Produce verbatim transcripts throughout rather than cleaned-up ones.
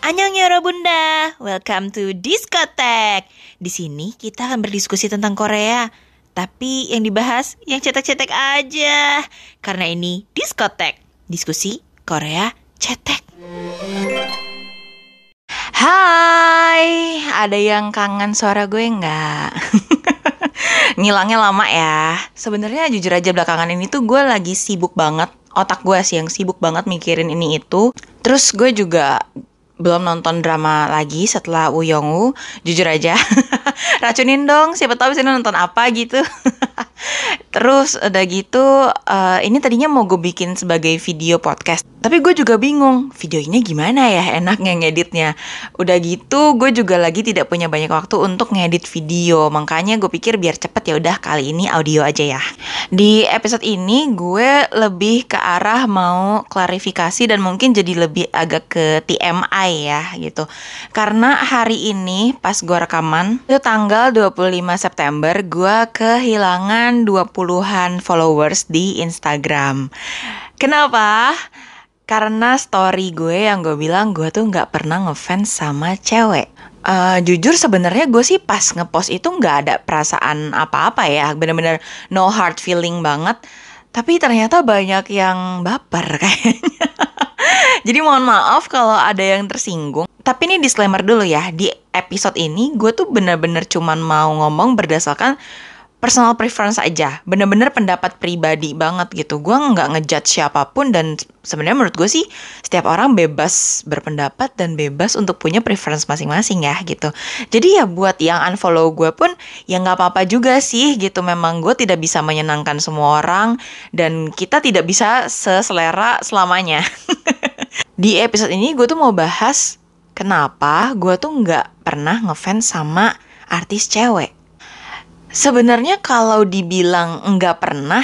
Annyeonghaseyo Bunda, welcome to Diskotek. Di sini kita akan berdiskusi tentang Korea, tapi yang dibahas yang cetek-cetek aja. Karena ini Diskotek, diskusi Korea cetek. Hai, ada yang kangen suara gue nggak? Ngilangnya lama ya. Sebenarnya jujur aja belakangan ini tuh gue lagi sibuk banget. Otak gue sih yang sibuk banget mikirin ini itu. Terus gue juga belum nonton drama lagi setelah Woo Young Woo. Jujur aja. Racunin dong, siapa tahu bisa nonton apa gitu. Terus udah gitu, uh, ini tadinya mau gue bikin sebagai video podcast. Tapi gue juga bingung, videonya gimana ya enaknya ngeditnya. Udah gitu, gue juga lagi tidak punya banyak waktu untuk ngedit video. Makanya gue pikir biar cepet ya udah kali ini audio aja ya. Di episode ini gue lebih ke arah mau klarifikasi dan mungkin jadi lebih agak ke T M I ya gitu. Karena hari ini pas gue rekaman, itu tanggal dua puluh lima September, gue kehilangan dua puluhan followers di Instagram. Kenapa? Karena story gue yang gue bilang gue tuh gak pernah ngefans sama cewek. Uh, jujur sebenarnya gue sih pas ngepost itu gak ada perasaan apa-apa ya. Bener-bener no hard feeling banget. Tapi ternyata banyak yang baper kayaknya. Jadi mohon maaf kalau ada yang tersinggung. Tapi ini disclaimer dulu ya. Di episode ini gue tuh bener-bener cuman mau ngomong berdasarkan personal preference aja, bener-bener pendapat pribadi banget gitu. Gue nggak ngejudge siapapun dan sebenarnya menurut gue sih setiap orang bebas berpendapat dan bebas untuk punya preference masing-masing ya gitu. Jadi ya buat yang unfollow gue pun ya nggak apa-apa juga sih gitu. Memang gue tidak bisa menyenangkan semua orang dan kita tidak bisa seselera selamanya. Di episode ini gue tuh mau bahas kenapa gue tuh nggak pernah ngefans sama artis cewek. Sebenarnya kalau dibilang nggak pernah,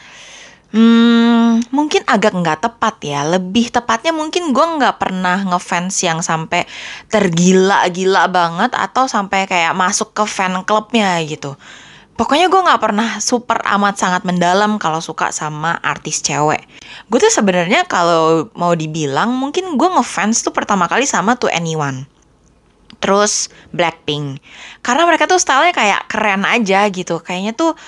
hmm, mungkin agak nggak tepat ya. Lebih tepatnya mungkin gue nggak pernah ngefans yang sampai tergila-gila banget atau sampai kayak masuk ke fan clubnya gitu. Pokoknya gue nggak pernah super amat sangat mendalam kalau suka sama artis cewek. Gue tuh sebenarnya kalau mau dibilang mungkin gue ngefans tuh pertama kali sama To Anyone. Terus Blackpink. Karena mereka tuh stylenya kayak keren aja gitu. Kayaknya tuh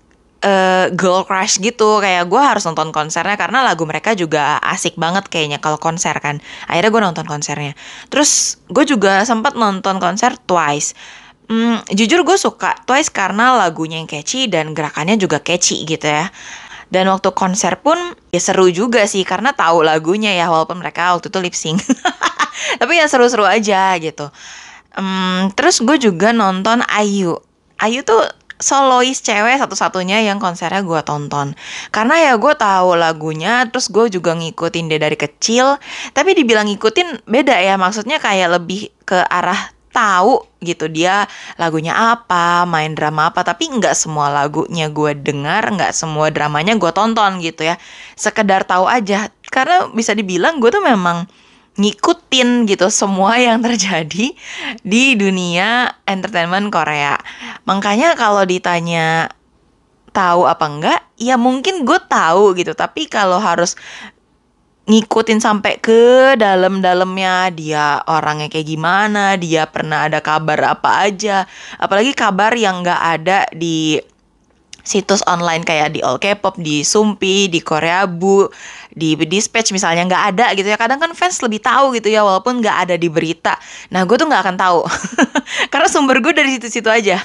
uh, girl crush gitu. Kayak gue harus nonton konsernya karena lagu mereka juga asik banget kayaknya kalau konser kan. Akhirnya gue nonton konsernya. Terus gue juga sempat nonton konser Twice. Hmm, jujur gue suka Twice karena lagunya yang catchy dan gerakannya juga catchy gitu ya. Dan waktu konser pun ya seru juga sih karena tahu lagunya ya walaupun mereka waktu itu lip sync. Tapi ya seru-seru aja gitu. Um, terus gue juga nonton I U. I U tuh solois cewek satu-satunya yang konsernya gue tonton. Karena ya gue tahu lagunya, terus gue juga ngikutin dia dari kecil. Tapi dibilang ngikutin beda ya, maksudnya kayak lebih ke arah tahu gitu dia lagunya apa, main drama apa. Tapi nggak semua lagunya gue dengar, nggak semua dramanya gue tonton gitu ya. Sekedar tahu aja. Karena bisa dibilang gue tuh memang ngikutin gitu semua yang terjadi di dunia entertainment Korea. Makanya kalau ditanya tahu apa enggak, ya mungkin gue tahu gitu. Tapi kalau harus ngikutin sampai ke dalam-dalamnya dia orangnya kayak gimana, dia pernah ada kabar apa aja, apalagi kabar yang nggak ada di situs online kayak di All K-pop, di Sumpi, di Koreabu, di Dispatch misalnya nggak ada gitu ya. Kadang kan fans lebih tahu gitu ya walaupun nggak ada di berita. Nah gue tuh nggak akan tahu karena sumber gue dari situ-situ aja.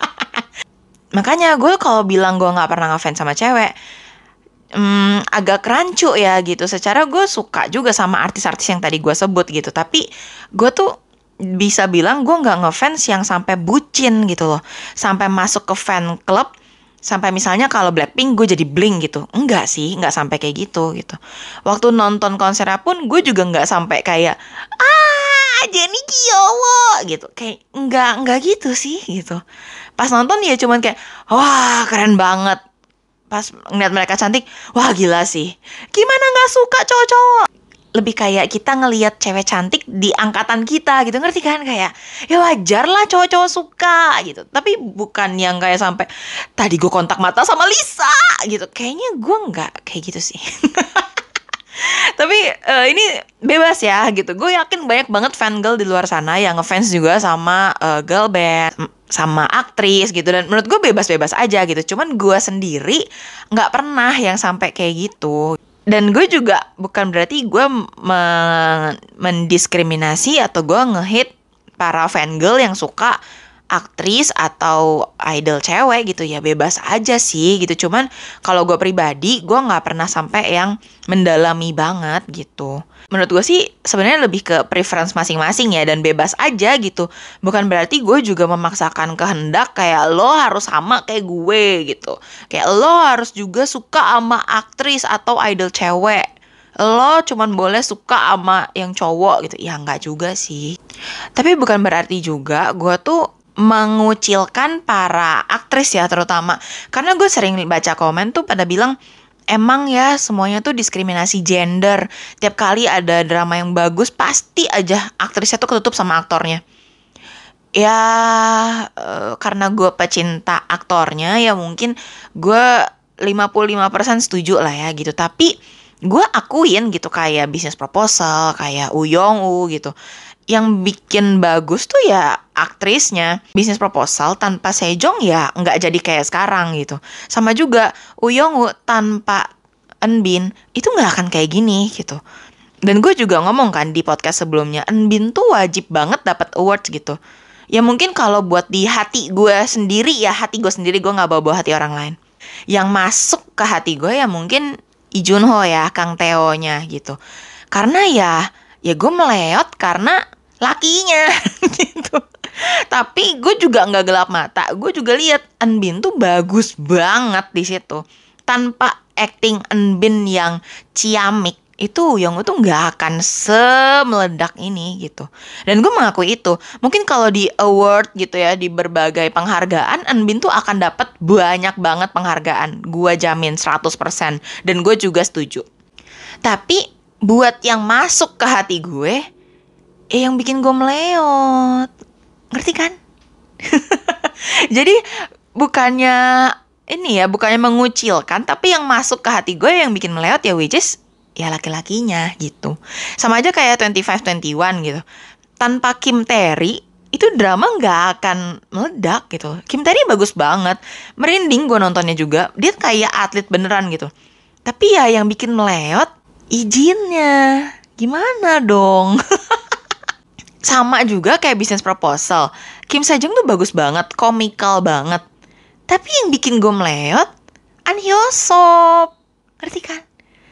Makanya gue kalau bilang gue nggak pernah ngefans sama cewek, hmm, agak rancu ya gitu. Secara gue suka juga sama artis-artis yang tadi gue sebut gitu. Tapi gue tuh bisa bilang gue nggak ngefans yang sampai bucin gitu loh, sampai masuk ke fan club. Sampai misalnya kalau Blackpink gue jadi bling gitu. Enggak sih, enggak sampai kayak gitu gitu. Waktu nonton konsernya pun gue juga enggak sampai kayak ah Jennie Kyowo gitu. Kayak enggak, enggak gitu sih gitu. Pas nonton ya cuman kayak wah keren banget. Pas ngeliat mereka cantik, wah gila sih. Gimana gak suka cowok-cowok? Lebih kayak kita ngelihat cewek cantik di angkatan kita gitu, ngerti kan? Kayak ya wajar lah cowok-cowok suka gitu. Tapi bukan yang kayak sampai tadi gue kontak mata sama Lisa gitu. Kayaknya gue nggak kayak gitu sih. Tapi eh, ini bebas ya gitu. Gue yakin banyak banget fan girl di luar sana yang ngefans juga sama eh, girl band, m- sama aktris gitu. Dan menurut gue bebas-bebas aja gitu. Cuman gue sendiri nggak pernah yang sampai kayak gitu. Dan gue juga bukan berarti gue men- mendiskriminasi atau gue nge-hate para fan girl yang suka aktris atau idol cewek gitu ya, bebas aja sih gitu. Cuman kalau gue pribadi gue nggak pernah sampai yang mendalami banget gitu. Menurut gue sih sebenarnya lebih ke preference masing-masing ya, dan bebas aja gitu. Bukan berarti gue juga memaksakan kehendak kayak lo harus sama kayak gue gitu. Kayak lo harus juga suka sama aktris atau idol cewek. Lo cuman boleh suka sama yang cowok gitu. Ya nggak juga sih. Tapi bukan berarti juga gue tuh mengucilkan para aktris ya terutama. Karena gue sering baca komen tuh pada bilang, emang ya semuanya tuh diskriminasi gender. Tiap kali ada drama yang bagus, pasti aja aktrisnya tuh ketutup sama aktornya. Ya, eh, karena gue pecinta aktornya, ya mungkin gue lima puluh lima persen setuju lah ya gitu. Tapi gue akuin gitu kayak Business Proposal, kayak Woo Young Woo gitu. Yang bikin bagus tuh ya aktrisnya. Business Proposal tanpa Sejong ya nggak jadi kayak sekarang gitu. Sama juga Woo Young Woo tanpa Eun Bin itu nggak akan kayak gini gitu. Dan gue juga ngomong kan di podcast sebelumnya, Eun Bin tuh wajib banget dapat awards gitu. Ya mungkin kalau buat di hati gue sendiri ya, hati gue sendiri, gue nggak bawa-bawa hati orang lain. Yang masuk ke hati gue ya mungkin Lee Jun Ho ya, Kang Theo-nya gitu. Karena ya, ya gue meleot karena lakinya gitu. Tapi gue juga nggak gelap mata. Gue juga lihat Eun Bin tuh bagus banget di situ. Tanpa acting Eun Bin yang ciamik, itu Young tuh nggak akan semeledak ini gitu. Dan gue mengakui itu. Mungkin kalau di award gitu ya, di berbagai penghargaan, Eun Bin tuh akan dapat banyak banget penghargaan. Gue jamin seratus persen. Dan gue juga setuju. Tapi buat yang masuk ke hati gue, eh yang bikin gue meleot. Ngerti kan? Jadi bukannya ini ya, bukannya mengucilkan, tapi yang masuk ke hati gue yang bikin meleot ya which is ya laki-lakinya gitu. Sama aja kayak dua puluh lima dua puluh satu gitu. Tanpa Kim Tae-ri itu drama nggak akan meledak gitu. Kim Tae-ri bagus banget, merinding gue nontonnya juga. Dia kayak atlet beneran gitu. Tapi ya yang bikin meleot izinnya. Gimana dong? Sama juga kayak Business Proposal. Kim Sejong tuh bagus banget, komikal banget. Tapi yang bikin gue meleot, An Hyo Sop. Ngerti kan?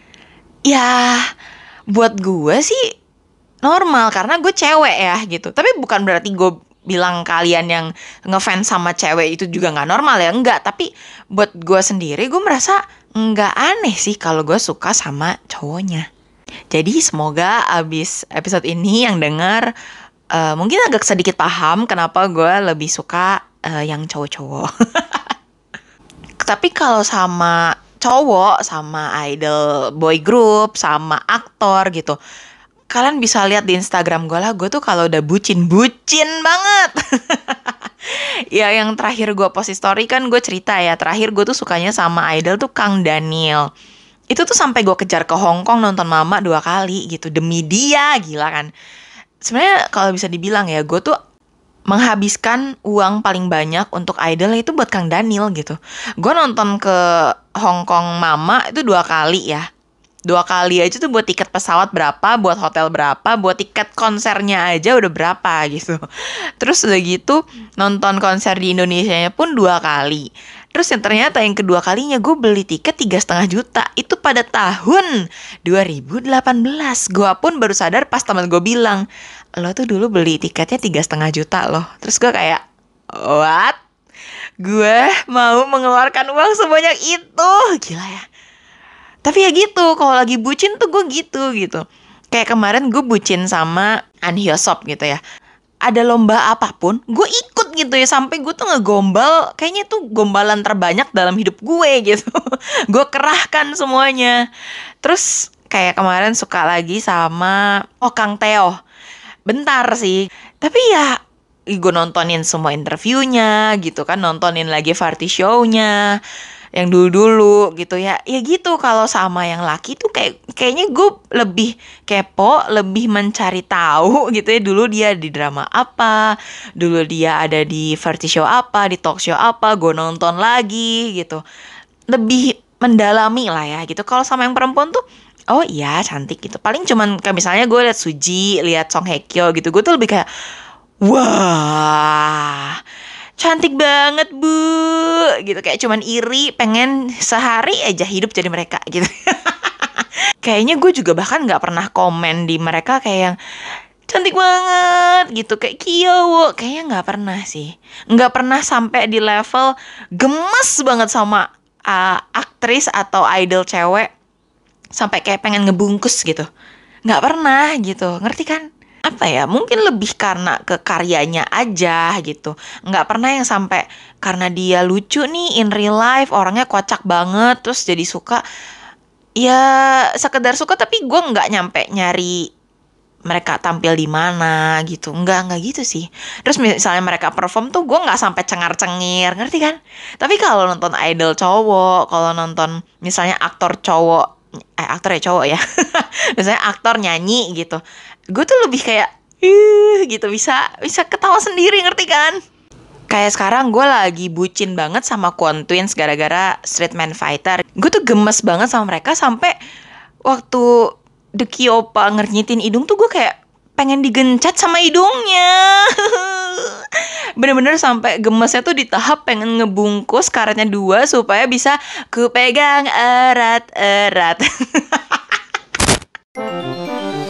Ya, buat gue sih normal karena gue cewek ya gitu. Tapi bukan berarti gue bilang kalian yang ngefans sama cewek itu juga nggak normal ya. Enggak, tapi buat gue sendiri gue merasa nggak aneh sih kalau gue suka sama cowoknya. Jadi semoga abis episode ini yang denger eh, mungkin agak sedikit paham kenapa gue lebih suka eh, yang cowok-cowok. Tapi kalau sama cowok, sama idol boy group, sama aktor gitu, kalian bisa lihat di Instagram gue lah, gue tuh kalau udah bucin, bucin banget. Ya yang terakhir gue post story kan gue cerita ya, terakhir gue tuh sukanya sama idol tuh Kang Daniel. Itu tuh sampai gue kejar ke Hong Kong nonton Mama dua kali gitu, demi dia, gila kan. Sebenarnya kalau bisa dibilang ya, gue tuh menghabiskan uang paling banyak untuk idol itu buat Kang Daniel gitu. Gue nonton ke Hong Kong Mama itu dua kali ya. Dua kali aja tuh buat tiket pesawat berapa, buat hotel berapa, buat tiket konsernya aja udah berapa gitu. Terus udah gitu nonton konser di Indonesianya pun dua kali. Terus yang ternyata yang kedua kalinya gue beli tiket tiga setengah juta. Itu pada tahun dua ribu delapan belas. Gue pun baru sadar pas teman gue bilang, lo tuh dulu beli tiketnya tiga setengah juta loh. Terus gue kayak, what? Gue mau mengeluarkan uang sebanyak itu. Gila ya. Tapi ya gitu, kalau lagi bucin tuh gue gitu gitu. Kayak kemarin gue bucin sama An Hyo Sop gitu ya. Ada lomba apapun, gue ikut gitu ya. Sampai gue tuh ngegombal, kayaknya tuh gombalan terbanyak dalam hidup gue gitu. Gue kerahkan semuanya. Terus kayak kemarin suka lagi sama Oh Kang Theo. Bentar sih. Tapi ya gue nontonin semua interviewnya gitu kan. Nontonin lagi variety show-nya. yang dulu-dulu gitu ya. Ya gitu, kalau sama yang laki tuh kayak kayaknya gue lebih kepo, lebih mencari tahu gitu ya. Dulu dia di drama apa, dulu dia ada di variety show apa, di talk show apa, gue nonton lagi gitu. Lebih mendalami lah ya gitu. Kalau sama yang perempuan tuh, oh iya cantik gitu. Paling cuman kayak misalnya gue liat Suji, liat Song Hye Kyo gitu, gue tuh lebih kayak wah, cantik banget bu, gitu. Kayak cuman iri, pengen sehari aja hidup jadi mereka gitu. Kayaknya gue juga bahkan nggak pernah komen di mereka kayak yang cantik banget gitu, kayak Kyo, kayaknya nggak pernah sih, nggak pernah sampai di level gemes banget sama uh, aktris atau idol cewek sampai kayak pengen ngebungkus gitu, nggak pernah gitu, ngerti kan? Apa ya, mungkin lebih karena ke karyanya aja gitu, nggak pernah yang sampai karena dia lucu nih in real life, orangnya kocak banget terus jadi suka. Ya sekedar suka, tapi gue nggak nyampe nyari mereka tampil di mana gitu, nggak nggak gitu sih. Terus misalnya mereka perform tuh gue nggak sampai cengar-cengir, ngerti kan? Tapi kalau nonton idol cowok, kalau nonton misalnya aktor cowok, eh aktor ya cowok ya, misalnya aktor nyanyi gitu, gue tuh lebih kayak ih gitu, bisa bisa ketawa sendiri, ngerti kan? Kayak sekarang gue lagi bucin banget sama Kwon Twins gara-gara Street Man Fighter. Gue tuh gemes banget sama mereka sampai waktu The Kyopa ngernyitin hidung tuh gue kayak pengen digencet sama hidungnya. Bener-bener sampai gemesnya tuh di tahap pengen ngebungkus karetnya dua supaya bisa kupegang erat-erat.